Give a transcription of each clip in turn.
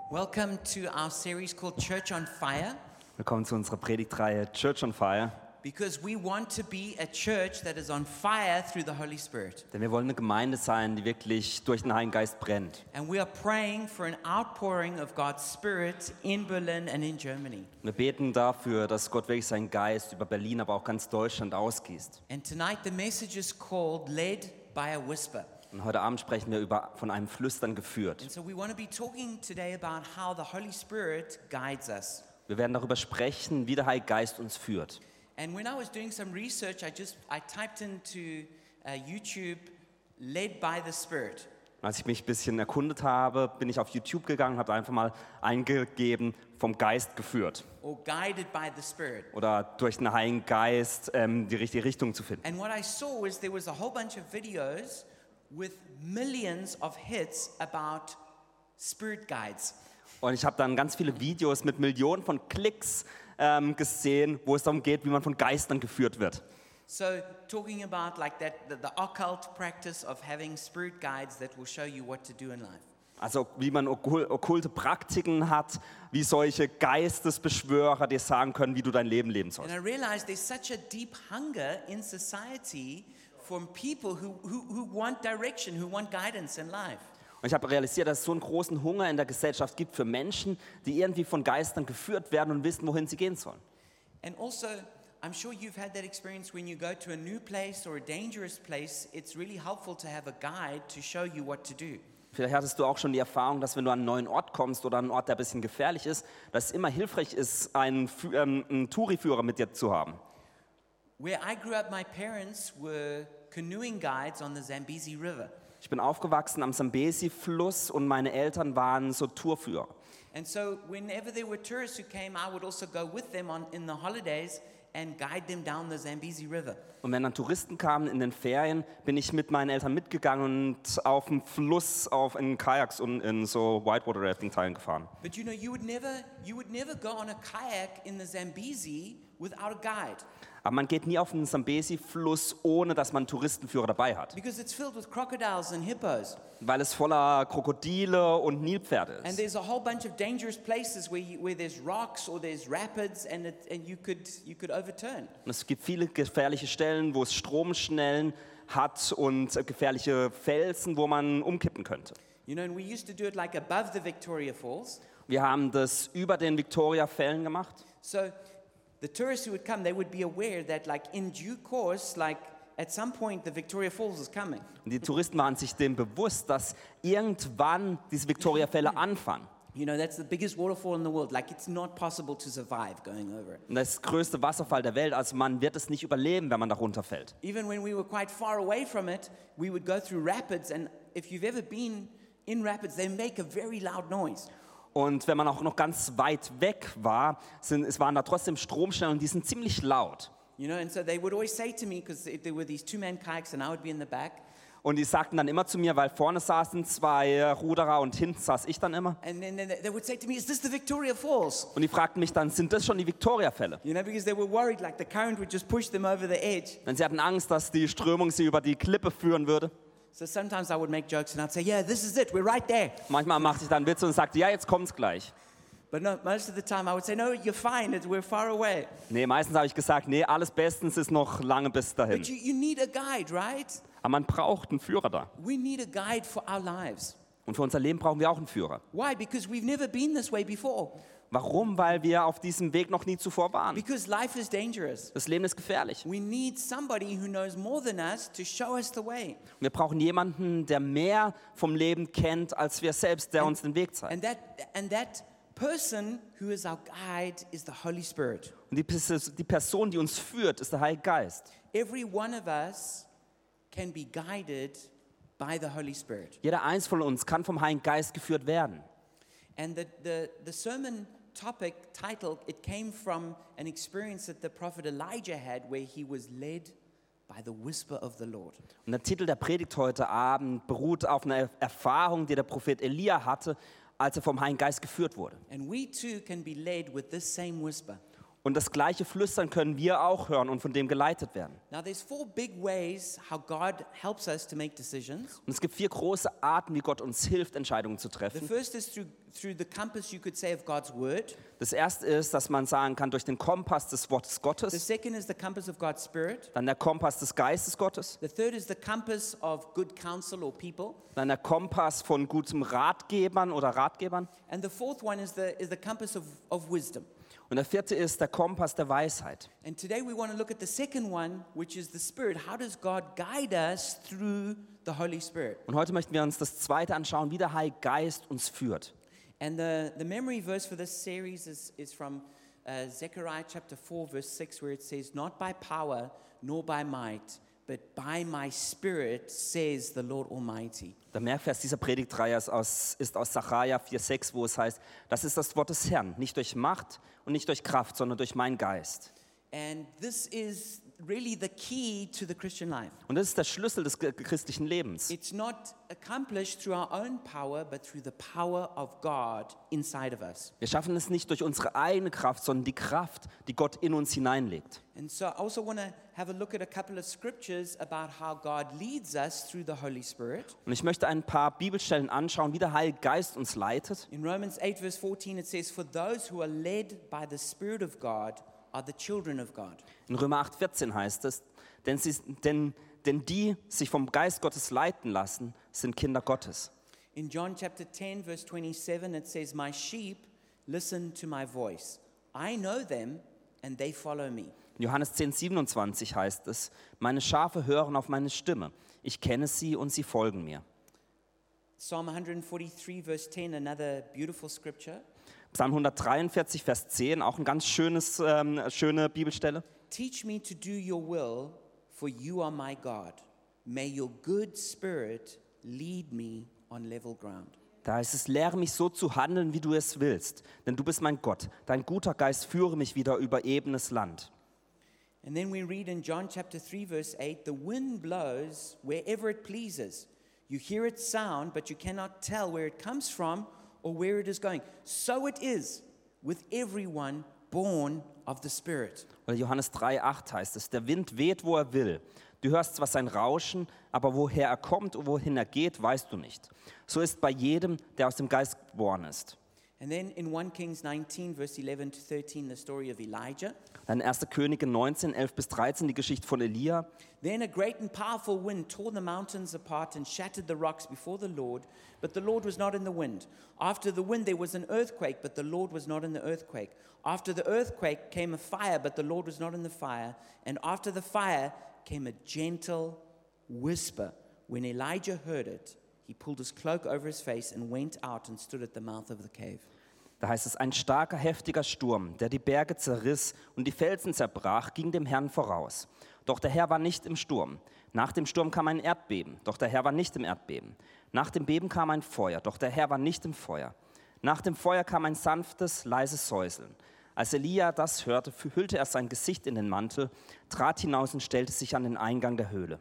Welcome to our series called Church on Fire, Willkommen zu unserer Predigtreihe Church on Fire, because we want to be a church that is on fire through the Holy Spirit. denn wir wollen eine Gemeinde sein, die wirklich durch den Heiligen Geist brennt. And we are praying for an outpouring of God's Spirit in Berlin and in Germany. Wir beten dafür, dass Gott wirklich seinen Geist über Berlin, aber auch ganz Deutschland ausgießt. And tonight the message is called Led by a Whisper. Und heute Abend sprechen wir von einem Flüstern geführt. And so we want to be talking today about how the Holy Spirit guides us. Wir werden darüber sprechen, wie der Heilige Geist uns führt. And when I was doing some research, I typed into YouTube, Led by the Spirit. Als ich mich ein bisschen erkundet habe, bin ich auf YouTube gegangen und habe einfach mal eingegeben, vom Geist geführt. Or guided by the Spirit. Oder durch den Heiligen Geist die richtige Richtung zu finden. And what I saw is there was a whole bunch of videos with millions of hits about spirit guides. Und ich habe dann ganz viele Videos mit Millionen von Klicks gesehen, wo es darum geht, wie man von Geistern geführt wird. So talking about like that, the occult practice of having spirit guides that will show you what to do in life. Also wie man okkulte Praktiken hat, wie solche Geistesbeschwörer dir sagen können, wie du dein Leben leben And sollst. I realized there's such a deep hunger in society from people who want direction, who want guidance in life. Und ich habe realisiert, dass es so einen großen Hunger in der Gesellschaft gibt für Menschen, die irgendwie von Geistern geführt werden und wissen, wohin sie gehen sollen. And also, I'm sure you've had that experience when you go to a new place or a dangerous place. It's really helpful to have a guide to show you what to do. Vielleicht hattest du auch schon die Erfahrung, dass wenn du an einen neuen Ort kommst oder an einen Ort, der ein bisschen gefährlich ist, dass es immer hilfreich ist, einen Touriführer mit dir zu haben. Where I grew up, my parents were canoeing guides on the Zambezi River. Ich bin aufgewachsen am Zambezi-Fluss und meine Eltern waren so Tourführer. And so whenever there were tourists who came, I would also go with them in the holidays and guide them down the Zambezi River. Und wenn dann Touristen kamen in den Ferien, bin ich mit meinen Eltern mitgegangen und auf dem Fluss in Kajaks und in so Whitewater-Rafting-Teilen gefahren. But you know, you would never go on a kayak in the Zambezi without a guide. Aber man geht nie auf den Zambezi-Fluss, ohne dass man einen Touristenführer dabei hat. Because it's filled with crocodiles and hippos. Weil es voller Krokodile und Nilpferde And ist. there's a whole bunch of dangerous places where there's rocks or there's rapids and you could overturn. Und es gibt viele gefährliche Stellen, wo es Stromschnellen hat und gefährliche Felsen, wo man umkippen könnte. You know, and we used to do it like above the Victoria Falls. Wir haben das über den Victoria-Fällen gemacht. So the tourists who would come, they would be aware that like in due course, like at some point the Victoria Falls is coming. Und die Touristen waren sich dem bewusst, dass irgendwann diese Victoria-Fälle anfangen. You know, that's the biggest waterfall in the world. Like it's not possible to survive going over it. Und das ist der größte Wasserfall der Welt, also man wird es nicht überleben, wenn man da runterfällt. Even when we were quite far away from it, we would go through rapids, and if you've ever been in rapids, they make a very loud noise. Und wenn man auch noch ganz weit weg war, waren da trotzdem Stromschnellen und die sind ziemlich laut. You know, and so they would always say to me, because there were these two-man kayaks and I would be in the back, Und die sagten dann immer zu mir, weil vorne saßen zwei Ruderer und hinten saß ich dann immer. and then they would say to me, is this the Victoria Falls? Und die fragten mich dann, sind das schon die Victoria-Fälle? You know, because they were worried like the current would just push them over the edge. Denn sie hatten Angst, dass die Strömung sie über die Klippe führen würde. So sometimes I would make jokes and I'd say, yeah, this is it, we're right there. Manchmal machte ich dann Witze und sagte, ja, jetzt kommt's gleich. But no, most of the time I would say, no, you're fine, we're far away. Nee, meistens habe ich gesagt, nee, alles bestens, ist noch lange bis dahin. But you need a guide, right? Aber man braucht einen Führer da. We need a guide for our lives. Und für unser Leben brauchen wir auch einen Führer. Why? Because we've never been this way before. Warum? Weil wir auf diesem Weg noch nie zuvor waren. Because life is dangerous. Das Leben ist gefährlich. We need somebody who knows more than us to show us the way. Wir brauchen jemanden, der mehr vom Leben kennt, als wir selbst, der uns den Weg zeigt. And that person who is our guide is the Holy Spirit. Und die Person, die uns führt, ist der Heilige Geist. Every one of us can be guided by the Holy Spirit. Jeder eins von uns kann vom Heiligen Geist geführt werden. And the sermon topic title, it came from an experience that the prophet Elijah had where he was led by the whisper of the Lord. Und der Titel der Predigt heute Abend beruht auf einer Erfahrung, die der Prophet Elia hatte, als er vom Heiligen Geist geführt wurde. And we too can be led with this same whisper. Und das gleiche Flüstern können wir auch hören und von dem geleitet werden. Now, there's 4 big ways how God helps us to make decisions. Und es gibt 4 große Arten, wie Gott uns hilft, Entscheidungen zu The treffen. first is through the compass, you could say, of God's word. Das erste ist, dass man sagen kann, durch den Kompass des Wortes The Gottes, second is the compass of God's spirit. dann der Kompass des Geistes Gottes, The third is the compass of good counsel or people. dann der Kompass von gutem Ratgebern oder Ratgebern And the fourth one is the compass of wisdom. und der vierte ist der Kompass der Weisheit. And today we want to look at the second one, which is the Spirit. How does God guide us through the Holy Spirit? Und heute möchten wir uns das zweite anschauen, wie der Heilige Geist uns führt. And the memory verse for this series is from Zechariah chapter 4, verse 6, where it says, "Not by power nor by might, but by my Spirit, says the Lord Almighty." Der Merkvers dieser Predigtreihe ist aus Sacharja 4,6, wo es heißt, das ist das Wort des Herrn, nicht durch Macht und nicht durch Kraft, sondern durch meinen Geist. And this is really the key to the Christian life. Und das ist der Schlüssel des christlichen Lebens. It's not accomplished through our own power, but through the power of God inside of us. Wir schaffen es nicht durch unsere eigene Kraft, sondern die Kraft, die Gott in uns hineinlegt. And so I also want to have a look at a couple of scriptures about how God leads us through the Holy Spirit. Und ich möchte ein paar Bibelstellen anschauen, wie der Heilige Geist uns leitet. In Romans 8, verse 14, it says, "For those who are led by the Spirit of God are the children of God." In Römer 8,14 heißt es, denn die sich vom Geist Gottes leiten lassen, sind Kinder Gottes. In John chapter 10, verse 27, it says, "My sheep listen to my voice. I know them and they follow me." In Johannes 10,27 heißt es, meine Schafe hören auf meine Stimme. Ich kenne sie und sie folgen mir. Psalm 143, verse 10, another beautiful scripture. Psalm 143, Vers 10, auch eine ganz schöne Bibelstelle. "Teach me to do your will, for you are my God. May your good spirit lead me on level ground." Da heißt es, lehre mich so zu handeln, wie du es willst, denn du bist mein Gott. Dein guter Geist führe mich wieder über ebenes Land. And then we read in John chapter 3, verse 8, "The wind blows wherever it pleases. You hear its sound, but you cannot tell where it comes from or where it is going. So it is with everyone born of the Spirit." Oder Johannes 3,8 heißt es, der Wind weht, wo er will. Du hörst zwar sein Rauschen, aber woher er kommt und wohin er geht, weißt du nicht. So ist bei jedem, der aus dem Geist geboren ist. And then in 1 Kings 19, verse 11 to 13, the story of Elijah. Dann 1. Könige 19, 11 bis 13, die Geschichte von Elia. "Then a great and powerful wind tore the mountains apart and shattered the rocks before the Lord, but the Lord was not in the wind. After the wind there was an earthquake, but the Lord was not in the earthquake. After the earthquake came a fire, but the Lord was not in the fire. And after the fire came a gentle whisper. When Elijah heard it, he pulled his cloak over his face and went out and stood at the mouth of the cave." Da heißt es, ein starker, heftiger Sturm, der die Berge zerriss und die Felsen zerbrach, ging dem Herrn voraus. Doch der Herr war nicht im Sturm. Nach dem Sturm kam ein Erdbeben, doch der Herr war nicht im Erdbeben. Nach dem Beben kam ein Feuer, doch der Herr war nicht im Feuer. Nach dem Feuer kam ein sanftes, leises Säuseln. Als Elia das hörte, hüllte er sein Gesicht in den Mantel, trat hinaus und stellte sich an den Eingang der Höhle.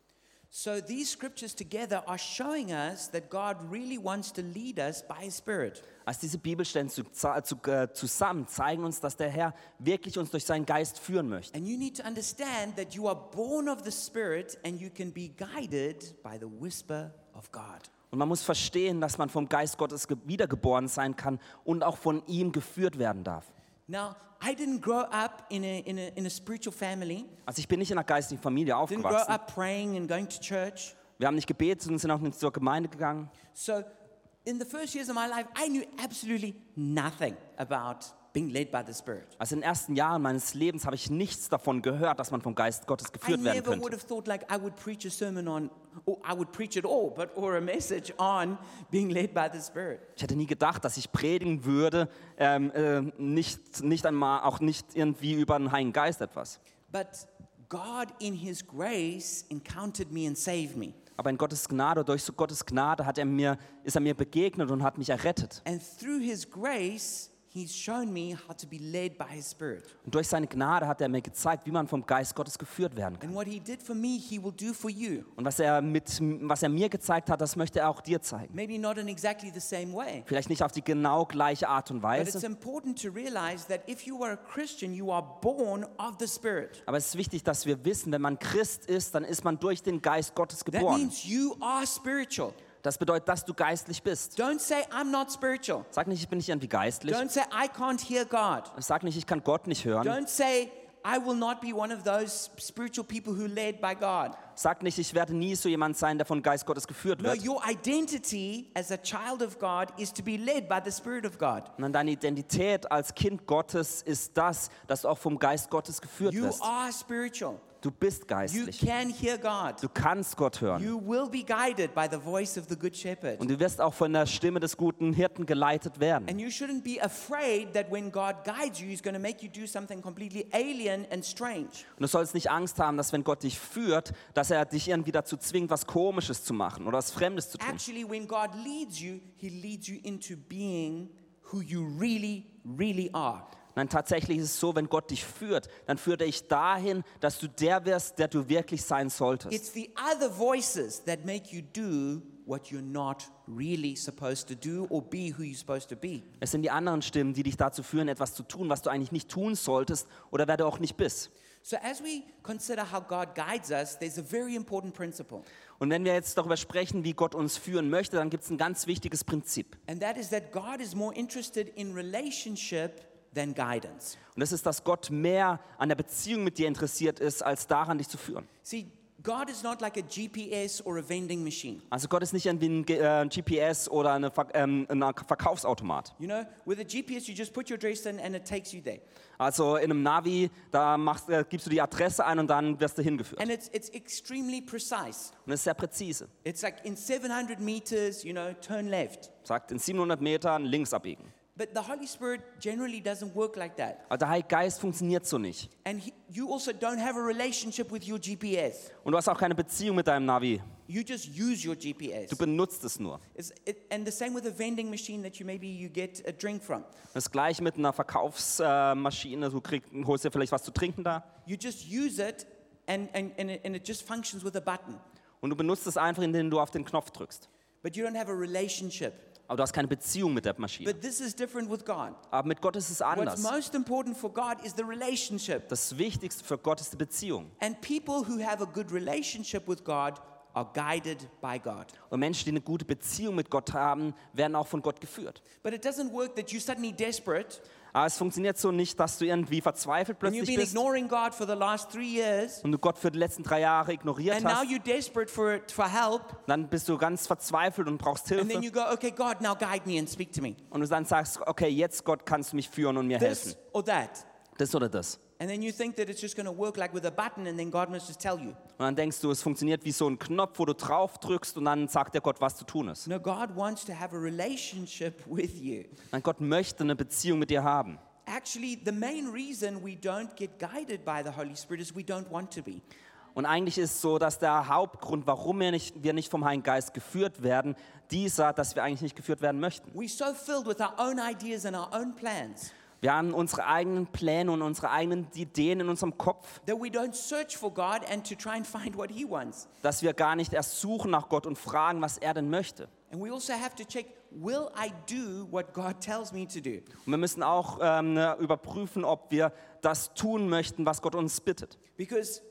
So these scriptures together are showing us that God really wants to lead us by His Spirit. Also diese Bibelstellen zusammen zeigen uns, dass der Herr wirklich uns durch seinen Geist führen möchte. And you need to understand that you are born of the Spirit and you can be guided by the whisper of God. Und man muss verstehen, dass man vom Geist Gottes wiedergeboren sein kann und auch von ihm geführt werden darf. Now, I didn't grow up in a spiritual family. Also ich bin nicht in einer geistigen Familie Didn't grow aufgewachsen. up praying and going to church. Wir haben nicht gebetet und sind auch nicht zur Gemeinde gegangen. So, in the first years of my life, I knew absolutely nothing about being led by the Spirit. Also in den ersten Jahren meines Lebens habe ich nichts davon gehört, dass man vom Geist Gottes I geführt werden never would könnte. have thought like I would preach a sermon on, or I would preach at all, or a message on being led by the Spirit. Ich hätte nie gedacht, dass ich predigen würde, nicht einmal, auch nicht irgendwie über den Heiligen Geist etwas. But God in His grace encountered me and saved me. Aber in Gottes Gnade, durch so Gottes Gnade ist er mir begegnet und hat mich errettet. And through His grace, He's shown me how to be led by His Spirit. Und durch seine Gnade hat er mir gezeigt, wie man vom Geist Gottes geführt werden kann. And what He did for me, He will do for you. Und was er mir gezeigt hat, das möchte er auch dir zeigen. Maybe not in exactly the same way. Vielleicht nicht auf die genau gleiche Art und But it's Weise, important to realize that if you are a Christian, you are born of the Spirit. aber es ist wichtig, dass wir wissen, wenn man Christ ist, dann ist man durch den Geist Gottes That geboren. means you are spiritual. Das bedeutet, dass du geistlich bist. Don't say, I'm not spiritual. Sag nicht, ich bin nicht irgendwie geistlich. Don't say, I can't hear God. Sag nicht, ich kann Gott nicht hören. Don't say, I will not be one of those spiritual people who led by God. Sag nicht, ich werde nie so jemand sein, der von Geist Gottes geführt No, wird. your identity as a child of God is to be led by the Spirit of God. Sondern deine Identität als Kind Gottes ist das, dass du auch vom Geist Gottes geführt You wirst. are spiritual. Du bist You geistlich. can hear God. Du kannst Gott hören. You will be guided by the voice of the Good Shepherd. Und du wirst auch von der Stimme des guten Hirten geleitet werden. And you shouldn't be afraid that when God guides you, He's going to make you do something completely alien and strange. Und du sollst nicht Angst haben, dass wenn Gott dich führt, dass er dich irgendwie dazu zwingt, was Komisches zu machen oder was Fremdes zu tun. Actually, when God leads you, He leads you into being who you really, really are. Nein, tatsächlich ist es so, wenn Gott dich führt, dann führt er dich dahin, dass du der wirst, der du wirklich sein solltest. It's the other voices that make you do what you're not really supposed to do or be who you're supposed to be. Es sind die anderen Stimmen, die dich dazu führen, etwas zu tun, was du eigentlich nicht tun solltest oder wer du auch nicht bist. So as we consider how God guides us, there's a very important principle. Und wenn wir jetzt darüber sprechen, wie Gott uns führen möchte, dann gibt es ein ganz wichtiges Prinzip. And that is that God is more interested in relationship than guidance. Und das ist, dass Gott mehr an der Beziehung mit dir interessiert ist, als daran, dich zu führen. See, God is not like a GPS or a vending machine. Also Gott ist nicht irgendwie ein GPS oder ein Verkaufsautomat. You know, with a GPS you just put your address in and it takes you there. Also in einem Navi, da gibst du die Adresse ein und dann wirst du hingeführt. And it's extremely precise. Und es ist sehr präzise. It's like in 700 meters, you know, turn left. Sagt, in 700 Metern links abbiegen. But the Holy Spirit generally doesn't work like that. Aber der Heilige Geist funktioniert so nicht. And you also don't have a relationship with your GPS. Und du hast auch keine Beziehung mit deinem Navi. You just use your GPS. Du benutzt es nur. And the same with a vending machine that you get a drink from. Das gleiche mit einer Verkaufsmaschine. Du holst dir vielleicht was zu trinken da. You just use it and it just functions with a button. Und du benutzt es einfach, indem du auf den Knopf drückst. But you don't have a relationship. Aber du hast keine Beziehung mit der Maschine. But this is different with God. Aber mit Gott ist es What's anders. most important for God is the relationship. Das Wichtigste für Gott ist die Beziehung. And people who have a good relationship with God are guided by God. Und Menschen, die eine gute Beziehung mit Gott haben, werden auch von Gott geführt. But it doesn't work that you're suddenly desperate Aber es funktioniert so nicht, dass du irgendwie verzweifelt and you've plötzlich been bist ignoring God for the last 3 years. und du Gott für die letzten 3 Jahre ignoriert And now hast. you're desperate for help. Dann bist du ganz verzweifelt und brauchst And then Hilfe. you go, okay, God, now guide me and speak to me. Und du dann sagst, okay, jetzt Gott kannst du mich führen und mir helfen. This or that. Das oder das. And then you think that it's just going to work like with a button and then God must just tell you. Und dann denkst du, es funktioniert wie so ein Knopf, wo du drauf drückst und dann sagt dir Gott, was zu tun ist. No, God wants to have a relationship with you. Nein, Gott möchte eine Beziehung mit dir haben. Actually, the main reason we don't get guided by the Holy Spirit is we don't want to be. Und eigentlich ist es so, dass der Hauptgrund, warum wir nicht vom Heiligen Geist geführt werden, dieser, dass wir eigentlich nicht geführt werden möchten. We're so filled with our own ideas and our own plans Wir haben unsere eigenen Pläne und unsere eigenen Ideen in unserem Kopf, that we don't search for God and to try and find what He wants. dass wir gar nicht erst suchen nach Gott und fragen, was er denn möchte. And we also have to check, will I do what God tells me to do? Und wir müssen auch überprüfen, ob wir das tun möchten, was Gott uns bittet. Because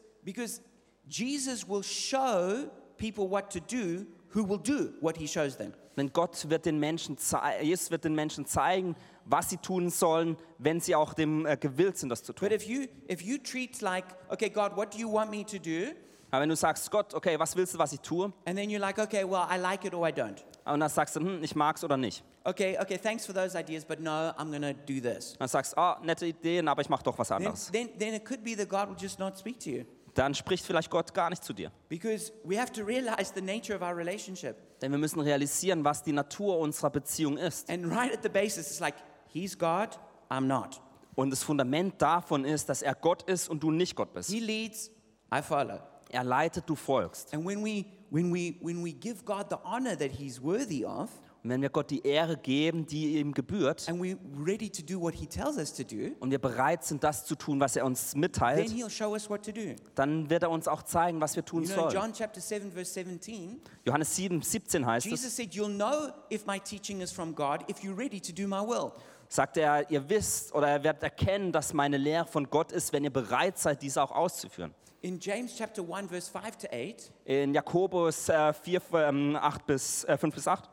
Jesus will show people what to do who will do what He shows them. Denn Jesus wird den Menschen zeigen, was sie tun sollen, wenn sie auch dem gewillt sind, das zu tun. But if you treat like, okay, God, what do you want me to do? Aber wenn du sagst, Gott, okay, was willst du, was ich tue? And then you're like, okay, well, I like it or I don't. Und dann sagst du, ich mag's oder nicht. Okay, thanks for those ideas, but no, I'm going to do this. Dann sagst du, nette Ideen, aber ich mach doch was anderes. Then it could be that God will just not speak to you. Dann spricht vielleicht Gott gar nicht zu dir. Because we have to realize the nature of our relationship. Denn wir müssen realisieren, was die Natur unserer Beziehung ist. And right at the basis, it's like, He's God, I'm not. Und das Fundament davon ist, dass er Gott ist und du nicht Gott bist. He leads, I follow. Er leitet, du folgst. And when we give God the honor that He's worthy of, Und wenn wir Gott die Ehre geben, die ihm gebührt, and we're ready to do what he tells us to do, und wir bereit sind, das zu tun, was er uns then mitteilt, he'll show us what to do. dann wird er uns auch zeigen, was wir tun You know, in sollen. John chapter 7, verse 17, Johannes 7, 17 heißt es, Jesus said, you'll know if my teaching is from God if you're ready to do my will. sagt er, ihr wisst oder ihr werdet erkennen, dass meine Lehre von Gott ist, wenn ihr bereit seid, diese auch auszuführen. In James chapter 1, verse 5 to 8, In Jakobus 4, 5 bis 8.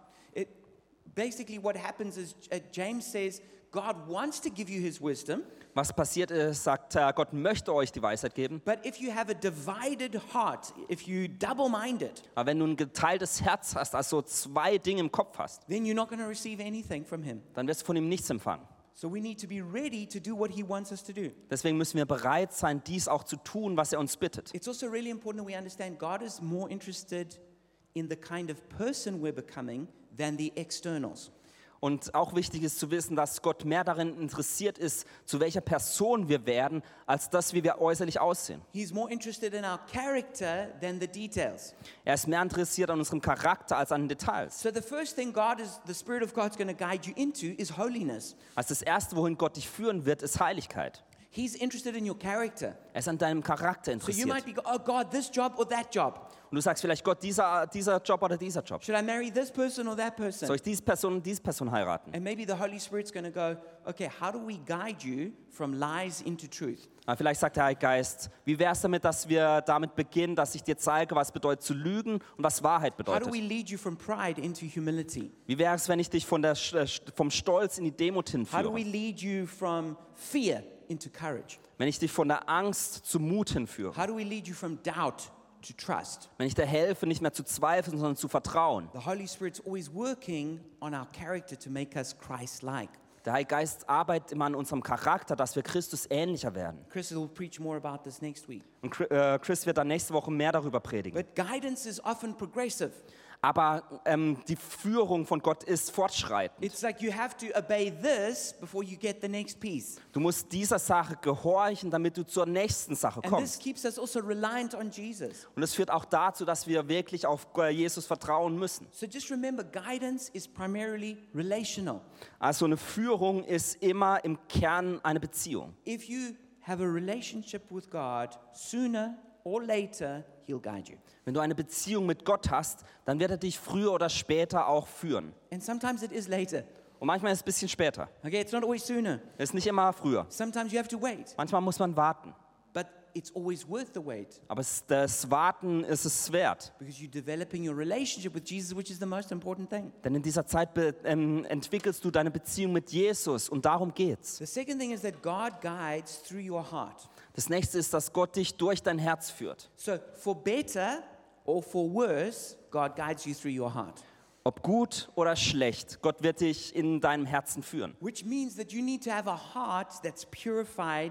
basically what happens is James says, God wants to give you his wisdom, Was passiert ist, sagt Gott möchte euch die Weisheit geben, but if you have a divided heart, if you double-minded, aber wenn du ein geteiltes Herz hast, also zwei Dinge im Kopf hast, then you're not going to receive anything from him. dann wirst du von ihm nichts empfangen. So we need to be ready to do what he wants us to do. Deswegen müssen wir bereit sein, dies auch zu tun, was er uns bittet. It's also really important that we understand God is more interested in the kind of person we're becoming than the externals. Und auch wichtig ist zu wissen, dass Gott mehr darin interessiert ist, zu welcher Person wir werden, als das, wie wir äußerlich aussehen. He's more interested in our character than the details. Er ist mehr interessiert an unserem Charakter als an den Details. So the first thing the Spirit of God's going to guide you into is holiness. Also das Erste, wohin Gott dich führen wird, ist Heiligkeit. He's interested in your character. Er ist an deinem Charakter So you might interessiert. be, oh God, this job or that job. Und du sagst vielleicht, Gott, dieser Job oder dieser Job. Should I marry this person or that person? Soll ich diese Person heiraten? And maybe the Holy Spirit's going to go, okay, how do we guide you from lies into truth? Aber vielleicht sagt der Heilige Geist, wie wäre es damit, dass wir damit beginnen, dass ich dir zeige, was bedeutet zu lügen und was Wahrheit How do we bedeutet. lead you from pride into humility? Wie wäre es, wenn ich dich vom Stolz in die Demut How do we hinführe? lead you from fear into courage? Wenn ich dich von der Angst zum Mut hinführe? How do we lead you from doubt to trust? Wenn ich dir helfe, nicht mehr zu zweifeln, sondern zu vertrauen? The Holy Spirit's always working on our character to make us Christ-like. Der Heilige Geist arbeitet immer an unserem Charakter, dass wir Christus ähnlicher werden. Chris will preach more about this next week. Und Chris wird dann nächste Woche mehr darüber predigen. But guidance is often progressive. Aber die Führung von Gott ist fortschreitend. It's like you have to obey this before you get the next piece. Du musst dieser Sache gehorchen, damit du zur nächsten Sache And this kommst. keeps us also reliant on Jesus. Und es führt auch dazu, dass wir wirklich auf Jesus vertrauen müssen. So just remember, guidance is primarily relational. Also eine Führung ist immer im Kern eine Beziehung. If you have a relationship with God, sooner or later, He'll guide you. Wenn du eine Beziehung mit Gott hast, dann wird er dich früher oder später auch führen. And sometimes it is later. Und manchmal ist es ein bisschen später. Okay, it's not always sooner. Es ist nicht immer früher. Sometimes you have to wait. Manchmal muss man warten. But it's always worth the wait Aber das Warten ist es wert. because you're developing your relationship with Jesus, which is the most important thing. Denn in dieser Zeit entwickelst du deine Beziehung mit Jesus und darum geht's. The second thing is that God guides through your heart. Das nächste ist, dass Gott dich durch dein Herz führt. So for better or for worse, God guides you through your heart. Ob gut oder schlecht, Gott wird dich in deinem Herzen führen. Which means that you need to have a heart that's purified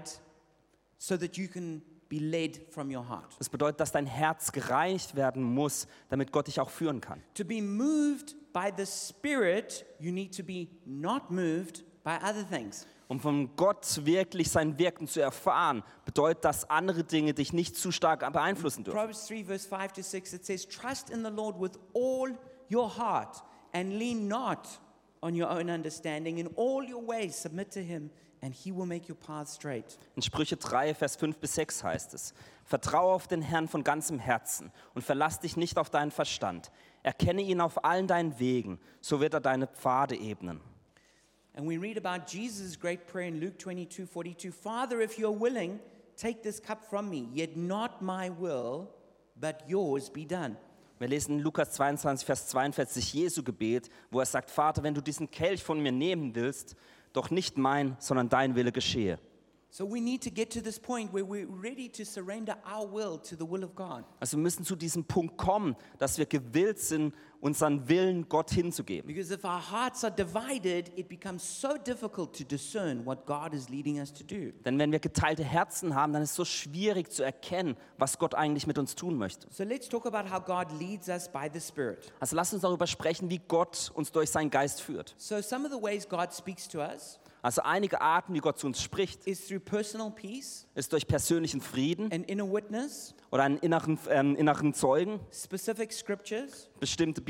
so that you can be led from your heart. Das bedeutet, dass dein Herz gereinigt werden muss, damit Gott dich auch führen kann. To be moved by the Spirit, you need to be not moved by other things. Um von Gott wirklich sein Wirken zu erfahren, bedeutet das, andere Dinge dich nicht zu stark beeinflussen dürfen. Proverbs 3 verse 5 to 6, it says, trust in the Lord with all your heart and lean not on your own understanding. In all your ways submit to him and he will make your path straight. In Sprüche 3, Vers 5 bis 6 heißt es, vertraue auf den Herrn von ganzem Herzen und verlass dich nicht auf deinen Verstand. Erkenne ihn auf allen deinen Wegen, so wird er deine Pfade ebnen. And we read about Jesus' great prayer in Luke 22:42. Father, if you're willing, take this cup from me, yet not my will, but yours be done. Wir lesen in Lukas 22, Vers 42 Jesu Gebet, wo er sagt, Vater, wenn du diesen Kelch von mir nehmen willst, doch nicht mein, sondern dein Wille geschehe. So we need to get to this point where we're ready to surrender our will to the will of God. Also wir müssen zu diesem Punkt kommen, dass wir gewillt sind, unseren Willen Gott hinzugeben. Because if our hearts are divided, it becomes so difficult to discern what God is leading us to do. Denn wenn wir geteilte Herzen haben, dann ist es so schwierig zu erkennen, was Gott eigentlich mit uns tun möchte. So let's talk about how God leads us by the Spirit. Also lasst uns darüber sprechen, wie Gott uns durch seinen Geist führt. So some of the ways God speaks to us Also einige Arten, wie Gott zu uns spricht, is through personal peace, ist durch persönlichen Frieden an inner witness, oder einen inneren Zeugen, specific scriptures, bestimmte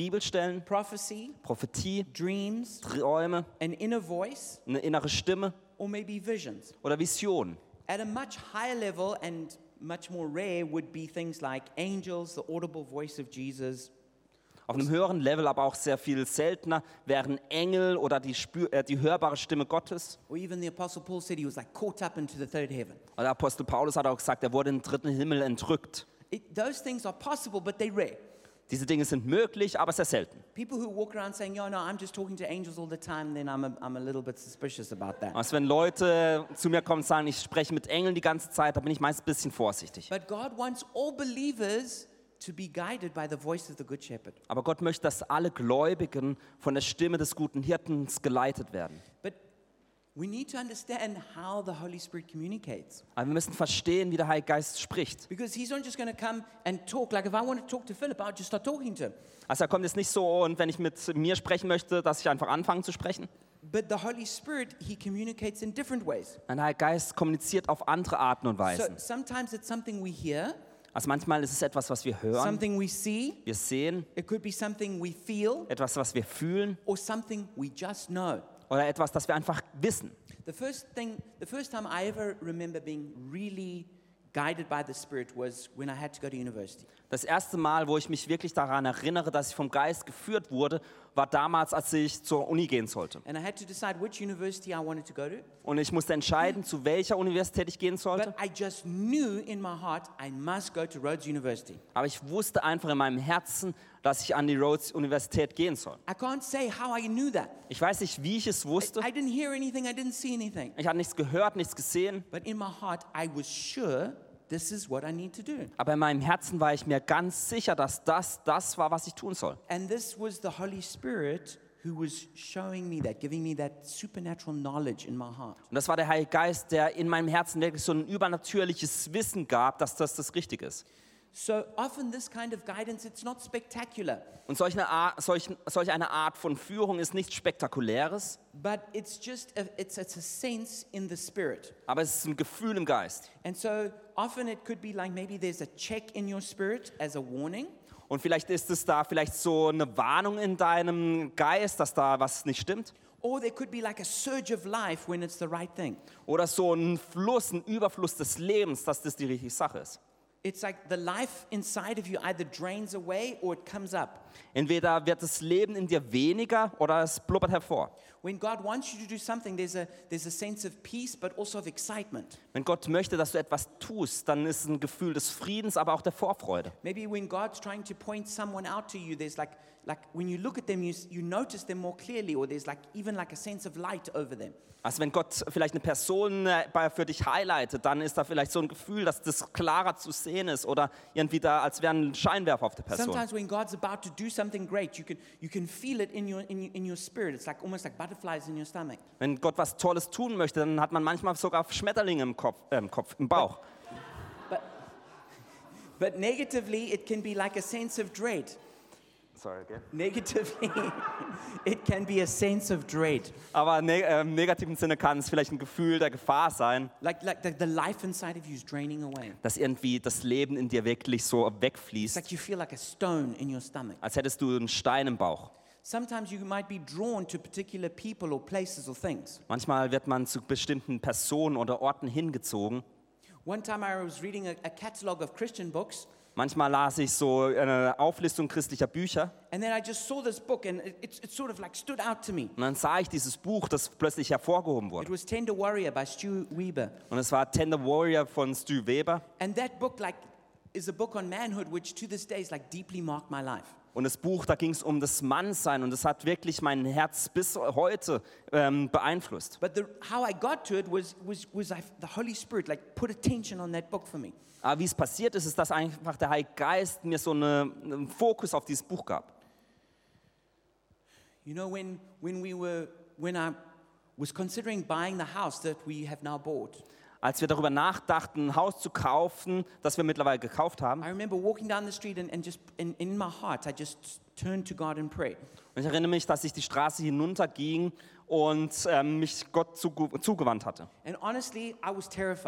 Bibelstellen, prophecy, Prophetie, dreams, Träume, an inner voice, eine innere Stimme or maybe visions. oder Visionen. At a much higher level and much more rare would be things like angels, the audible voice of Jesus, Auf einem höheren Level, aber auch sehr viel seltener, wären Engel oder die hörbare Stimme Gottes. or even the Apostle Paul said he was like caught up into the third heaven. Der Apostel Paulus hat auch gesagt, er wurde in den dritten Himmel entrückt. Those things are possible, but they're rare. Diese Dinge sind möglich, aber sehr selten. People who walk around saying, "Yo, no, I'm just talking to angels all the time," then I'm a little bit suspicious about that. Also wenn Leute zu mir kommen und sagen, ich spreche mit Engeln die ganze Zeit, da bin ich meist ein bisschen vorsichtig. But God wants all believers to be guided by the voice of the Good Shepherd. Aber Gott möchte, dass alle Gläubigen von der Stimme des guten Hirtens geleitet werden. But we need to understand how the Holy Spirit communicates. Aber wir müssen verstehen, wie der Heilige Geist spricht. Because he's not just going to come and talk. Like if I want to talk to Philip, I'll just start talking to him. Also er kommt jetzt nicht so, und wenn ich mit mir sprechen möchte, dass ich einfach anfange zu sprechen. But the Holy Spirit, he communicates in different ways. Der Heilige Geist kommuniziert auf andere Arten und So Weisen. sometimes it's something we hear, Also manchmal ist es etwas, was wir hören, something we see. wir sehen, It could be something we feel, etwas, was wir fühlen or something we just know. oder etwas, das wir einfach wissen. The first time I ever remember being really guided by the Spirit was when I had to go to university. Das erste Mal, wo ich mich wirklich daran erinnere, dass ich vom Geist geführt wurde, war damals, als ich zur Uni gehen sollte. And I had to decide which university I wanted to go to. Und ich musste entscheiden, zu welcher Universität ich gehen sollte. But I just knew in my heart I must go to Rhodes University. Aber ich wusste einfach in meinem Herzen, dass ich an die Rhodes Universität gehen soll. I can't say how I knew that. Ich weiß nicht, wie ich es wusste. I didn't hear anything, I didn't see anything. Ich hatte nichts gehört, nichts gesehen. But in my heart I was sure this is what I need to do. Aber in meinem Herzen war ich mir ganz sicher, dass das war, was ich tun soll. And this was the Holy Spirit who was showing me that, giving me that supernatural knowledge in my heart. Und das war der Heilige Geist, der in meinem Herzen wirklich so ein übernatürliches Wissen gab, dass das richtig ist. So often this kind of guidance, it's not spectacular, Und solch eine Art von Führung ist nichts Spektakuläres, but it's just it's a sense in the spirit. aber es ist ein Gefühl im Geist. And so often it could be like maybe there's a check in your spirit as a warning, Und vielleicht ist es da vielleicht so eine Warnung in deinem Geist, dass da was nicht stimmt. or there could be like a surge of life when it's the right thing. Oder so ein Fluss, ein Überfluss des Lebens, dass das die richtige Sache ist. It's like the life inside of you either drains away or it comes up. Entweder wird das Leben in dir weniger oder es blubbert hervor. When God wants you to do something, there's a sense of peace, but also of excitement. Wenn Gott möchte, dass du etwas tust, dann ist es ein Gefühl des Friedens, aber auch der Vorfreude. Maybe when God's trying to point someone out to you, there's like when you look at them, you notice them more clearly, or there's like even like a sense of light over them. Also wenn Gott vielleicht eine Person für dich highlightet, dann ist da vielleicht so ein Gefühl, dass das klarer zu sehen ist oder irgendwie da, als wäre ein Scheinwerfer auf der Person. Sometimes when God's about to do something great, you can feel it in your spirit. It's like almost like butterflies in your stomach. Wenn Gott was Tolles tun möchte, dann hat man manchmal sogar Schmetterlinge im Bauch. But negatively, it can be like a sense of dread. Sorry, again. Negatively, it can be a sense of dread. Aber im negativen Sinne kann es vielleicht ein Gefühl der Gefahr sein, Like the life inside of you is draining away. dass irgendwie das Leben in dir wirklich so It's wegfließt, like you feel like a stone in your stomach. als hättest du einen Stein im Bauch. Sometimes you might be drawn to particular people or places or things. Manchmal wird man zu bestimmten Personen oder Orten hingezogen. One time I was reading a catalog of Christian books, Manchmal las ich so eine Auflistung christlicher Bücher and then I just saw this book, and it sort of like stood out to me. und dann sah ich dieses Buch, das plötzlich hervorgehoben It wurde. was Tender Warrior by Stu Weber. Und es war Tender Warrior von Stu Weber. And that book like is a book on manhood which to this day is like deeply marked my life. Und das Buch, da ging es um das Mannsein und das hat wirklich mein Herz bis heute beeinflusst. But how I got to it was the Holy Spirit like put attention on that book for me. Aber wie es passiert ist, ist, dass einfach der Heilige Geist mir so einen Fokus auf dieses Buch gab. You know, when I was considering buying the house that we have now bought, Als wir darüber nachdachten, ein Haus zu kaufen, das wir mittlerweile gekauft haben. I remember walking down the street and just in my heart I just turned to God and prayed. Und ich erinnere mich, dass ich die Straße hinunterging und mich Gott zugewandt hatte. And honestly, I was terrified.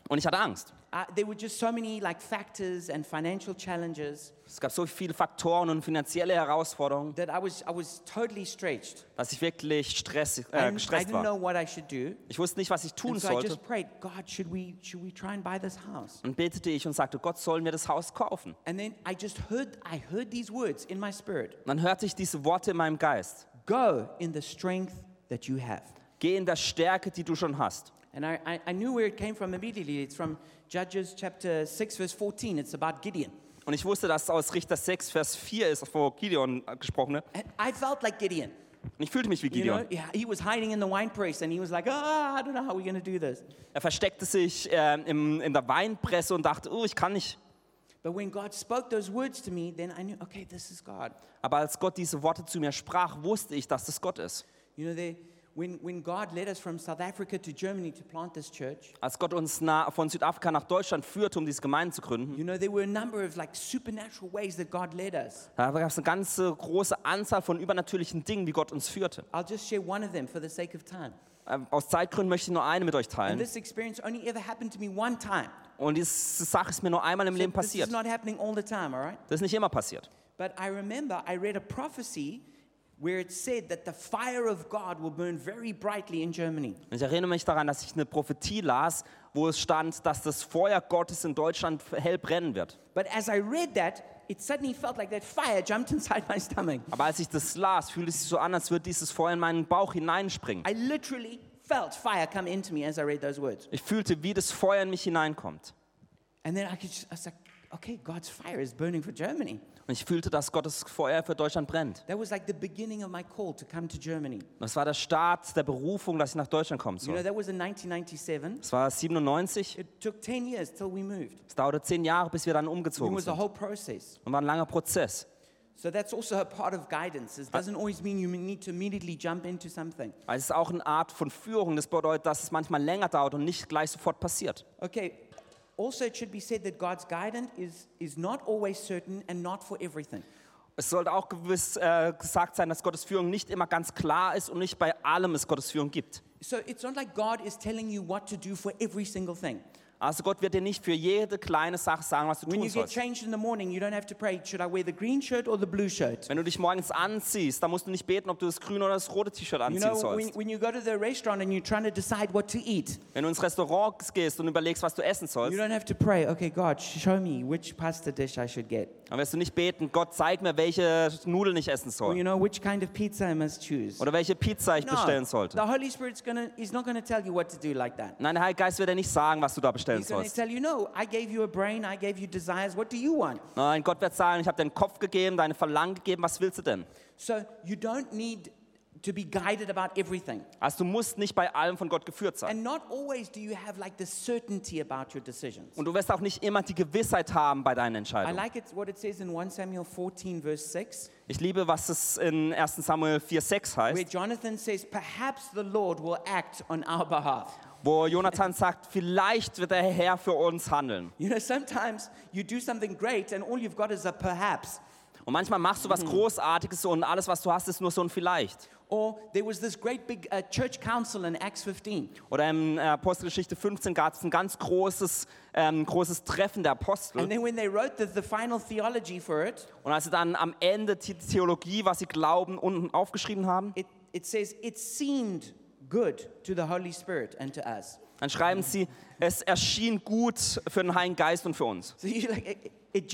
Und ich hatte Angst. There were just so many like factors and financial challenges Es gab so viele Faktoren und finanzielle Herausforderungen, that I was totally stretched. dass ich wirklich I gestresst didn't war. know what I should do. Ich wusste nicht, was ich tun And so I sollte. just prayed, God, should we try and buy this house? Und betete ich und sagte, Gott, sollen wir das Haus kaufen? And then I heard these words in my spirit. Und dann hörte ich diese Worte in meinem Geist. Go in the strength that you have. Geh in der Stärke, die du schon hast. And I knew where it came from immediately. It's from Judges chapter 6, verse 14. It's about Gideon. Und ich wusste, dass es aus Richter 6, Vers 4 ist, wo Gideon gesprochen wird. And I felt like Gideon. Und ich fühlte mich wie You know, Gideon. yeah, he was hiding in the wine press and he was like, I don't know how we're going to do this. Er versteckte sich in der Weinpresse und dachte, oh, ich kann nicht. But when God spoke those words to me, then I knew, okay, this is God. Aber als Gott diese Worte zu mir sprach, wusste ich, dass das Gott ist. You know, when God led us from South Africa to Germany to plant this church, Als Gott uns von Südafrika nach Deutschland führte, um diese Gemeinde zu gründen, you know, there were a number of like supernatural ways that God led us. da gab es eine ganze große Anzahl von übernatürlichen Dingen, wie Gott uns führte. I'll just share one of them for the sake of time. Aus Zeitgründen möchte ich nur eine mit euch And teilen. this experience only ever happened to me one time. Und diese Sache ist mir nur einmal im So Leben this is passiert. not happening all the time, all right? Das ist nicht immer passiert. But I remember I read a prophecy where it said that the fire of God will burn very brightly in Germany. Und ich erinnere mich daran, dass ich eine Prophetie las, wo es stand, dass das Feuer Gottes in Deutschland hell brennen wird. But as I read that, it suddenly felt like that fire jumped inside my stomach. Aber als ich das las, fühlte es sich so an, als würde dieses Feuer in meinen Bauch hineinspringen. I literally felt fire come into me as I read those words. Ich fühlte, wie das Feuer in mich hineinkommt. And then I was like, okay, God's fire is burning for Germany. Und ich fühlte, dass Gottes Feuer für Deutschland brennt. That was like the beginning of my call to come to Germany. Das war der Start der Berufung, dass ich nach Deutschland kommen You know, soll. that was in 1997. Es war 97. It took 10 years till we moved. Es dauerte 10 Jahre, bis wir dann It umgezogen was a sind. whole process. Und war ein langer Prozess. So that's also a part of guidance. It doesn't always mean you need to immediately jump into something. Also es ist auch eine Art von Führung. Das bedeutet, dass es manchmal länger dauert und nicht gleich sofort passiert. Okay, also it should be said that God's guidance is not always certain and not for everything. Es sollte auch gewiss gesagt sein, dass Gottes Führung nicht immer ganz klar ist und nicht bei allem es Gottes Führung gibt. So it's not like God is telling you what to do for every single thing. Also Gott wird dir nicht für jede kleine Sache sagen, was du When tun you get sollst. changed in the morning, you don't have to pray, should I wear the green shirt or the blue shirt? Wenn du dich morgens anziehst, dann musst du nicht beten, ob du das grüne oder das rote T-Shirt You anziehen know, sollst. when you go to the restaurant and you're trying to decide what to eat, Wenn du ins Restaurant gehst und überlegst, was du essen you sollst, don't have to pray, okay, God, show me which pasta dish I should get. dann wirst du nicht beten, Gott, zeig mir, welche Nudeln ich essen Or, soll you know, which kind of pizza I must choose. oder welche Pizza ich bestellen the sollte. Holy Spirit's is not going to tell you what to do like that. Nein, der Heilige Geist wird dir nicht sagen, was du da bestellen He's going to sollst. tell you, no, I gave you a brain, I gave you desires, what do you want? Nein, Gott wird sagen, ich habe dir einen Kopf gegeben, deine Verlangen gegeben, was willst du denn? So you don't need to be guided about everything. Also du musst nicht bei allem von Gott geführt sein. And not always do you have like the certainty about your decisions. Und du wirst auch nicht immer die Gewissheit haben bei deinen I Entscheidungen. like what it says in 1 Samuel 14 verse 6, Ich liebe, was es in 1. Samuel 4,6 where heißt, Jonathan says, perhaps the Lord will act on our behalf. wo Jonathan sagt, vielleicht wird der Herr für uns handeln. You know, sometimes you do something great and all you've got is a perhaps. Und manchmal machst du was Großartiges und alles, was du hast, ist nur so ein Vielleicht. Or there was this great big church council in Acts 15. Oder in Apostelgeschichte 15 gab es ein ganz großes Treffen der And Apostel. then when they wrote the final theology for it, Und als sie dann am Ende die Theologie, was sie glauben, unten aufgeschrieben haben, it says, it seemed good to the Holy Spirit and to us. dann schreiben sie, es erschien gut für den Heiligen Geist und für uns. So you're like,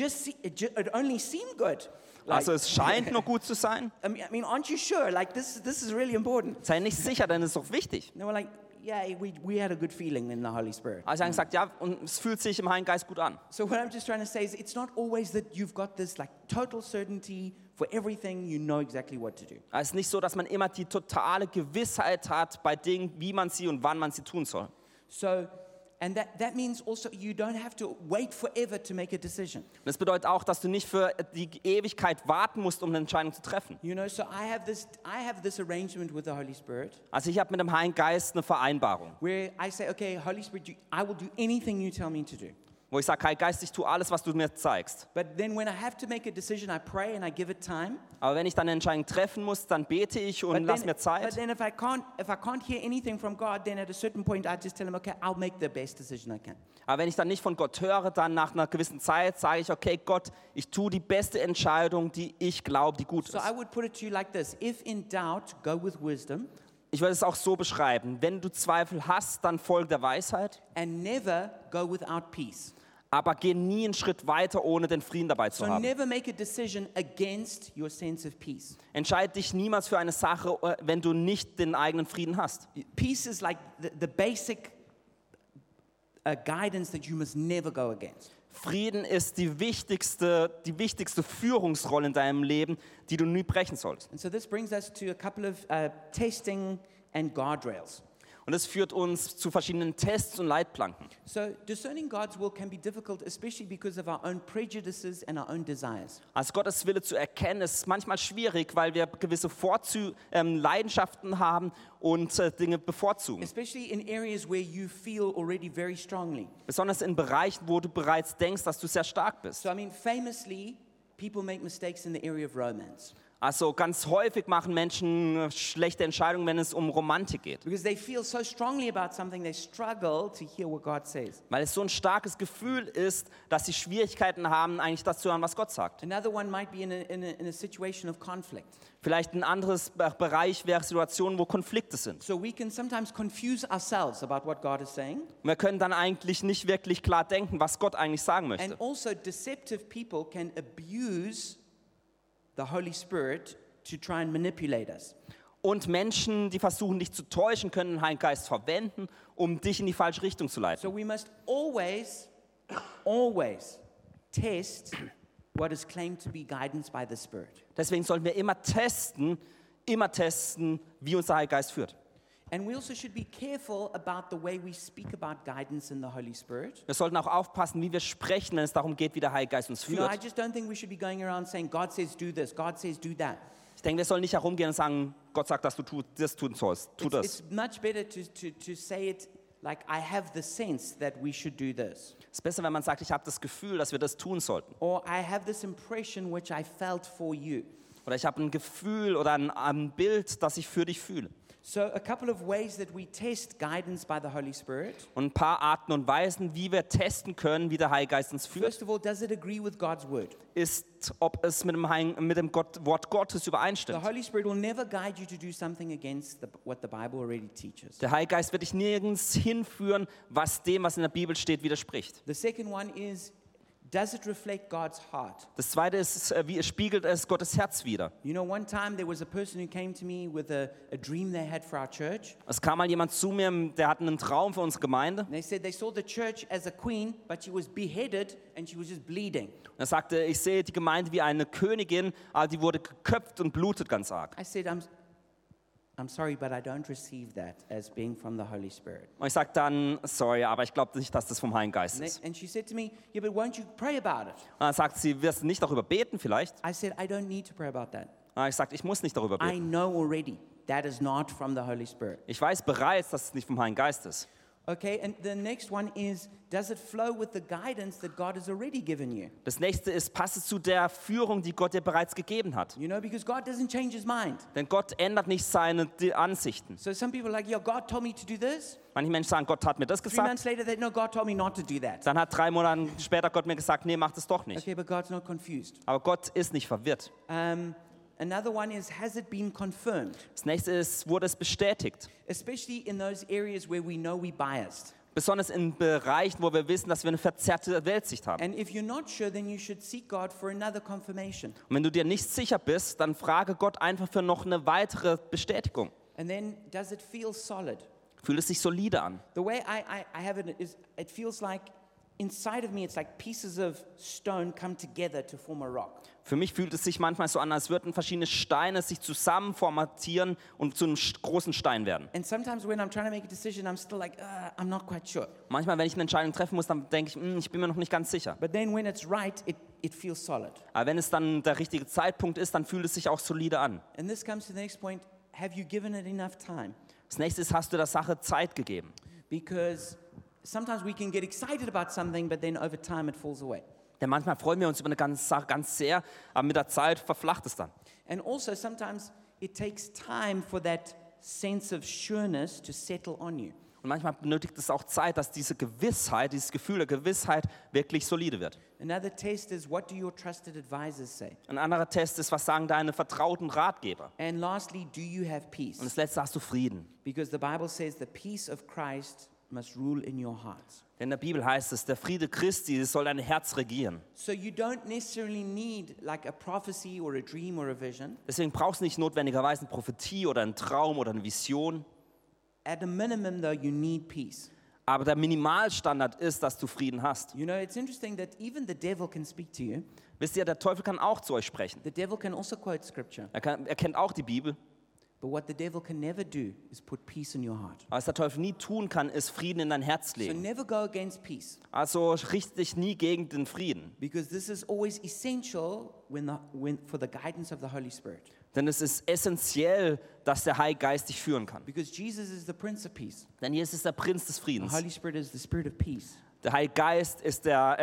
it only seemed good. Like, Also es scheint nur gut zu sein. I mean, aren't you sure? Like, this is really important. Sei nicht sicher, denn es ist doch wichtig. And they were like, yeah, we had a good feeling in the Holy Spirit. Also sie haben gesagt, ja, und es fühlt sich im Heiligen Geist gut an. So what I'm just trying to say is it's not always that you've got this like total certainty for everything, you know exactly what to do. Es ist nicht so, dass man immer die totale Gewissheit hat bei Dingen, wie man sie und wann man sie tun soll. So, and that means also you don't have to wait forever to make a decision. Und das bedeutet auch, dass du nicht für die Ewigkeit warten musst, um eine Entscheidung zu treffen. You know, so I have this arrangement with the Holy Spirit Also ich habe mit dem Heiligen Geist eine Vereinbarung. where I say, okay, Holy Spirit, I will do anything you tell me to do. wo ich sage, Heiliger Geist, ich tue alles, was du mir zeigst. But then when I have to make a decision, I pray and I give it time. Aber wenn ich dann eine Entscheidung treffen muss, dann bete ich und lass mir but Zeit. then if I can't hear anything from God, then at a certain point I just tell him, okay, I'll make the best decision I can. Aber wenn ich dann nicht von Gott höre, dann nach einer gewissen Zeit sage ich, okay, Gott, ich tue die beste Entscheidung, die ich glaube, die gut So ist. I would put it to you like this: if in doubt, go with wisdom, Ich würde es auch so beschreiben, wenn du Zweifel hast, dann folge der Weisheit, and never go without peace. aber geh nie einen Schritt weiter, ohne den Frieden dabei zu So haben. never make a decision against your sense of peace. Entscheide dich niemals für eine Sache, wenn du nicht den eigenen Frieden hast. Peace is like the basic guidance that you must never go against. Frieden ist die wichtigste Führungsrolle in deinem Leben, die du nie brechen sollst. And so this brings us to a couple of testing and guardrails. Und es führt uns zu verschiedenen Tests und Leitplanken. So discerning God's will can be difficult, especially because of our own prejudices and our own desires. Also Gottes Wille zu erkennen, ist manchmal schwierig, weil wir gewisse Leidenschaften haben und Dinge bevorzugen. Especially in areas where you feel already very strongly. Besonders in Bereichen, wo du bereits denkst, dass du sehr stark bist. So I mean, famously, people make mistakes in the area of romance. Also ganz häufig machen Menschen schlechte Entscheidungen, wenn es um Romantik geht. Because they feel so strongly about something, they struggle to hear what God says. Weil es so ein starkes Gefühl ist, dass sie Schwierigkeiten haben, eigentlich das zu hören, was Gott sagt. Another one might be in a situation of conflict. Vielleicht ein anderes Bereich wäre Situationen, wo Konflikte sind. So we can sometimes confuse ourselves about what God is saying. Und wir können dann eigentlich nicht wirklich klar denken, was Gott eigentlich sagen möchte. And also deceptive people can abuse the Holy Spirit to try and manipulate us. Und Menschen, die versuchen, dich zu täuschen, können den Heiligen Geist verwenden, um dich in die falsche Richtung zu leiten. So we must always test what is claimed to be guidance by the Spirit. Deswegen sollten wir immer testen, wie uns der Heilige Geist führt. And we also should be careful about the way we speak about guidance in the Holy Spirit. Wir sollten auch aufpassen, wie wir sprechen, wenn es darum geht, wie der Heilige Geist uns You know, I führt. just don't think we should be going around saying, God says do this, God says do that. Ich denke, wir sollen nicht herumgehen und sagen, Gott sagt, dass du das tun sollst. Tu das. It's much better to say it like, I have the sense that we should do this. Es ist besser, wenn man sagt, ich habe das Gefühl, dass wir das tun sollten. Or I have this impression which I felt for you. Oder ich habe ein Gefühl oder ein Bild, das ich für dich fühle. So a couple of ways that we test guidance by the Holy Spirit. Und ein paar Arten und Weisen, wie wir testen können, wie der Heilige Geist uns führt, First of all, does it agree with God's word? ist, ob es mit dem Wort Gottes The übereinstimmt. Holy Spirit will never guide you to do something against what the Bible already teaches. Der Heilige Geist wird dich nirgends hinführen, was in der Bibel steht, widerspricht. The second one is, does it reflect God's heart? Das Zweite ist, wie spiegelt es Gottes Herz wider. You know, one time there was a person who came to me with a dream they had for our church. Es kam mal jemand zu mir, der hatte einen Traum für unsere Gemeinde. And they said they saw the church as a queen, but she was beheaded and she was just bleeding. Und er sagte, ich sehe die Gemeinde wie eine Königin, aber die wurde geköpft und blutet ganz arg. I said, I'm sorry, but I don't receive that as being from the Holy Spirit. Und ich sagte dann, sorry, aber ich glaube nicht, dass das vom Heiligen Geist And, ist. and she said to me, yeah, but won't you pray about it? Und dann sagt sie, wirst du nicht darüber beten vielleicht? I said, I don't need to pray about that. Und ich sagte, ich muss nicht darüber I beten. know already that is not from the Holy Spirit. Ich weiß bereits, dass es nicht vom Heiligen Geist ist. Okay, and the next one is, does it flow with the guidance that God has already given you? Das nächste ist, passt es zu der Führung, die Gott dir bereits gegeben hat. You know, because God doesn't change his mind. Denn Gott ändert nicht seine Ansichten. So some people are like, yeah, God told me to do this. Manche Menschen sagen, Gott hat mir das 3 gesagt. months later, they no, God told me not to do that. Dann hat 3 Monate später Gott mir gesagt, nee, mach das doch nicht. Okay, but God's not confused. Aber Gott ist nicht verwirrt. Another one is, has it been confirmed? Das nächste ist, wurde es bestätigt. Especially in those areas where we know we're biased. Besonders in Bereichen, wo wir wissen, dass wir eine verzerrte Weltsicht haben. And if you're not sure, then you should seek God for another confirmation. Und wenn du dir nicht sicher bist, dann frage Gott einfach für noch eine weitere Bestätigung. And then, does it feel solid? Fühlt es sich solide an? The way I have it is, it feels like inside of me, it's like pieces of stone come together to form a rock. Für mich fühlt es sich manchmal so an, als würden verschiedene Steine sich zusammen formatieren und zu einem großen Stein werden. And sometimes when I'm trying to make a decision, I'm still like, I'm not quite sure. Manchmal, wenn ich eine Entscheidung treffen muss, dann denke ich, ich bin mir noch nicht ganz sicher. But then when it's right, it feels solid. Aber wenn es dann der richtige Zeitpunkt ist, dann fühlt es sich auch solide an. And this comes to the next point. Have you given it enough time? Das nächste ist, hast du der Sache Zeit gegeben? Because sometimes we can get excited about something, but then over time it falls away. Denn manchmal freuen wir uns über eine ganze Sache ganz sehr, aber mit der Zeit verflacht es dann. And also sometimes it takes time for that sense of sureness to settle on you. Und manchmal benötigt es auch Zeit, dass diese Gewissheit, dieses Gefühl der Gewissheit wirklich solide wird. Another test is, what do your trusted advisors say? Ein anderer Test ist, was sagen deine vertrauten Ratgeber? And lastly, do you have peace? Und das letzte, hast du Frieden? Because the Bible says the peace of Christ must rule in your hearts. Denn in der Bibel heißt es, der Friede Christi soll dein Herz regieren. So you don't necessarily need like a prophecy or a dream or a vision. Deswegen brauchst du nicht notwendigerweise eine Prophetie oder einen Traum oder eine Vision. At a minimum though, you need peace. Aber der Minimalstandard ist, dass du Frieden hast. You know, it's interesting that even the devil can speak to you. Wisst ihr, der Teufel kann auch zu euch sprechen. The devil can also quote scripture. Er kennt auch die Bibel. But what the devil can never do is put peace in your heart. Aber was der Teufel nie tun kann, ist Frieden in dein Herz So legen. never go against peace. Also richte dich nie gegen den Frieden. Because this is always essential for the guidance of the Holy Spirit. Denn es ist essentiell, dass der Heilige Geist dich führen kann. Because Jesus is the Prince of Peace. Denn Jesus ist der Prinz des The Friedens. Holy Spirit is the Spirit of peace. Der Heilige Geist ist der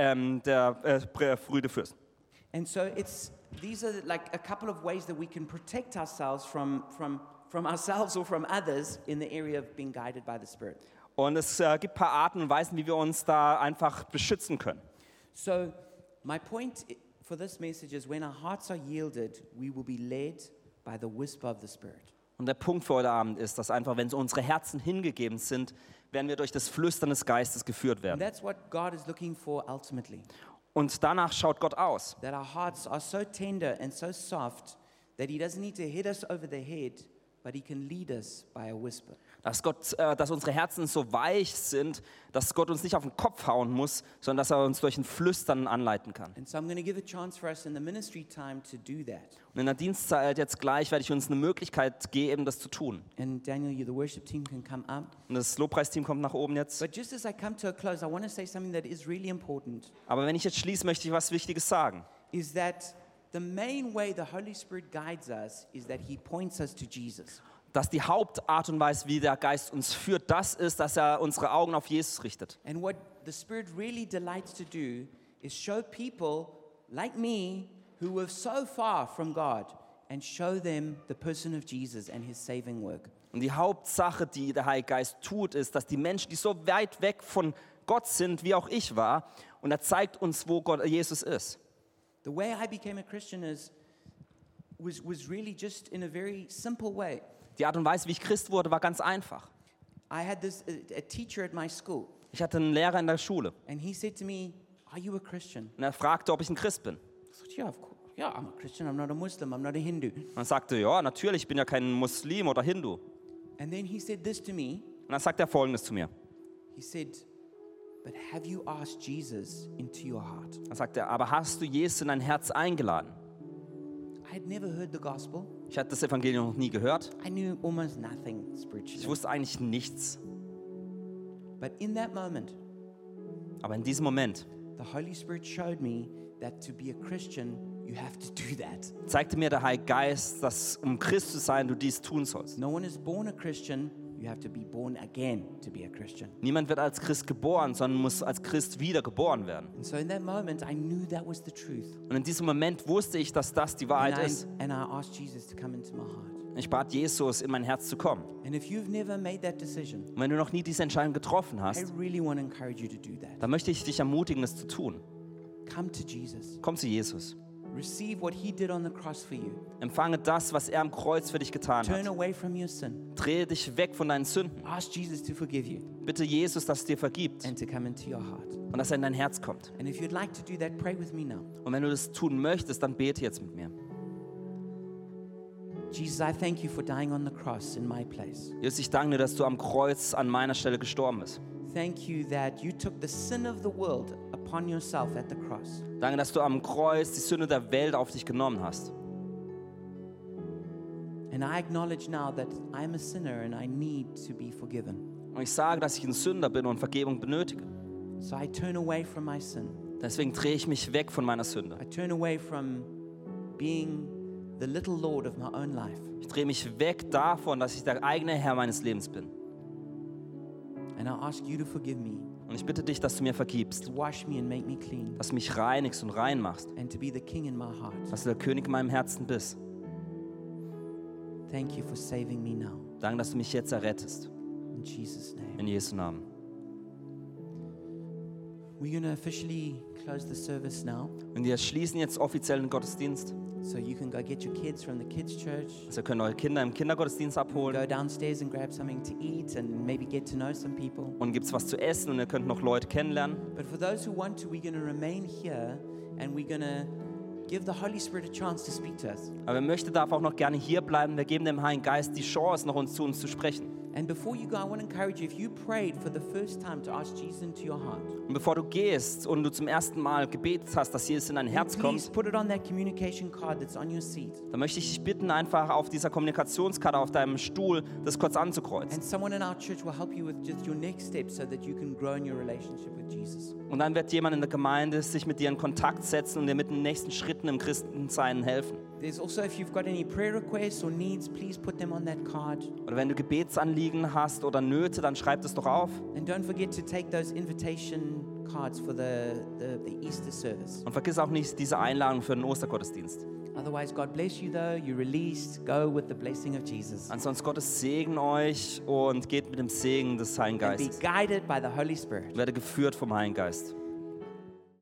Friedefürst. And so these are like a couple of ways that we can protect ourselves from ourselves or from others in the area of being guided by the Spirit. Und es gibt ein paar Arten und Weisen, wie wir uns da einfach beschützen können. So my point for this message is, when our hearts are yielded, we will be led by the whisper of the Spirit. Und der Punkt für heute Abend ist, dass einfach, wenn unsere Herzen hingegeben sind, werden wir durch das Flüstern des Geistes geführt And werden. that's what God is looking for ultimately. Und danach schaut Gott aus. That our hearts are so tender and so soft that He doesn't need to hit us over the head, but He can lead us by a whisper. Dass unsere Herzen so weich sind, dass Gott uns nicht auf den Kopf hauen muss, sondern dass er uns durch ein Flüstern anleiten kann. And so I'm going to give a chance for us in the ministry time to do that. Und in der Dienstzeit jetzt gleich werde ich uns eine Möglichkeit geben, das zu tun. And Daniel, the worship team can come up. Und das Lobpreisteam kommt nach oben jetzt. But just as I come to a close, I want to say something that is really important, Aber wenn ich jetzt schließe, möchte ich was Wichtiges sagen. is that the main way the Holy Spirit guides us is that He points us to Jesus. Dass die Hauptart und Weise, wie der Geist uns führt, das ist, dass er unsere Augen auf Jesus richtet. And what the Spirit really delights to do is show people like me who were so far from God and show them the person of Jesus and His saving work. Und die Hauptsache, die der Heilige Geist tut, ist, dass die Menschen, die so weit weg von Gott sind, wie auch ich war, und er zeigt uns, wo Gott, Jesus ist. The way I became a Christian was really just in a very simple way. Die Art und Weise, wie ich Christ wurde, war ganz einfach. I had a teacher at my school, Ich hatte einen Lehrer in der Schule and he said to me, "Are you a Christian?" und er fragte, ob ich ein Christ bin. I thought, "Yeah, of course. Yeah, I'm a Christian. I'm not a Muslim. I'm not a Hindu." Und er sagte, ja, natürlich, ich bin ja kein Muslim oder Hindu. And then he said this to me. Und dann sagt er Folgendes zu mir. He said, "But have you asked Jesus into your heart?" Dann sagt er, aber hast du Jesus in dein Herz eingeladen? I had never heard the gospel. Ich hatte das Evangelium noch nie gehört. I knew almost nothing Ich spiritually. wusste eigentlich nichts. But in that moment, Aber in diesem Moment the Holy Spirit showed me that to be a Christian, you have to do that. zeigte mir der Heilige Geist, dass um Christ zu sein, du dies tun sollst. No one is born a Christian. You have to be born again to be a Christian. Niemand wird als Christ geboren, sondern muss als Christ wieder geboren werden. And so in that moment, I knew that was the truth. Und in diesem Moment wusste ich, dass das die Wahrheit ist. And I asked Jesus to come into my heart. Ich bat Jesus, in mein Herz zu kommen. And if you've never made that decision, Und wenn du noch nie diese Entscheidung getroffen I hast, really want to encourage you to do that. dann möchte ich dich ermutigen, das zu tun. Come to Jesus. Komm zu Jesus. Receive what He did on the cross for you. Empfange das, was er am Kreuz für dich getan Turn hat. away from your sin. Drehe dich weg von deinen Sünden. Ask Jesus to forgive you Bitte Jesus, dass es dir vergibt and to come into your heart. und dass er in dein Herz kommt. And if you'd like to do that, pray with me now. Und wenn du das tun möchtest, dann bete jetzt mit mir. Jesus, I thank you for dying on the cross in my place. Jesus, ich danke dir, dass du am Kreuz an meiner Stelle gestorben bist. Thank you that you took the sin of the world upon yourself at the cross. Danke, dass du am Kreuz die Sünde der Welt auf dich genommen hast. And I acknowledge now that I'm a sinner and I need to be forgiven. Und ich sage, dass ich ein Sünder bin und Vergebung benötige. So I turn away from my sin. Deswegen drehe ich mich weg von meiner Sünde. I turn away from being the little Lord of my own life. Ich drehe mich weg davon, dass ich der eigene Herr meines Lebens bin. And I ask you to forgive me, Und ich bitte dich, dass du mir vergibst, to wash me and make me clean, dass du mich reinigst und rein machst, and to be the king in my heart. dass du der König in meinem Herzen bist. Thank you for saving me now. Danke, dass du mich jetzt errettest. In Jesus' name. In Jesu Namen. We're going to officially close the service now. Und wir schließen jetzt offiziell den Gottesdienst. So you can go get your kids from the kids' church. Also ihr könnt eure Kinder im Kindergottesdienst abholen. Go downstairs and grab something to eat and maybe get to know some people. Und gibt's was zu essen und ihr könnt noch Leute kennenlernen. But for those who want to, we're going to remain here and we're going to give the Holy Spirit a chance to speak to us. Aber wer möchte, darf auch noch gerne hier bleiben. Wir geben dem Heiligen Geist die Chance, noch zu uns zu sprechen. And before you go, I want to encourage you, if you prayed for the first time to ask Jesus into your heart, Und bevor du gehst und du zum ersten Mal gebetet hast, dass Jesus in dein Herz please kommt, put it on that communication card that's on your seat. dann möchte ich dich bitten, einfach auf dieser Kommunikationskarte auf deinem Stuhl das kurz anzukreuzen. And someone in our church will help you with just your next step so that you can grow in your relationship with Jesus. Und dann wird jemand in der Gemeinde sich mit dir in Kontakt setzen und dir mit den nächsten Schritten im Christensein helfen. There's also, if you've got any prayer requests or needs, please put them on that card. Oder wenn du Gebetsanliegen hast oder Nöte, dann schreib das doch auf. And don't forget to take those invitation cards for the Easter service. Und vergiss auch nicht diese Einladung für den Ostergottesdienst. Otherwise, God bless you though. You're released. Go with the blessing of Jesus. Ansonsten Gottes Segen euch und geht mit dem Segen des Heiligen And be Geistes. guided by the Holy Spirit. Werde geführt vom Heiligen Geist.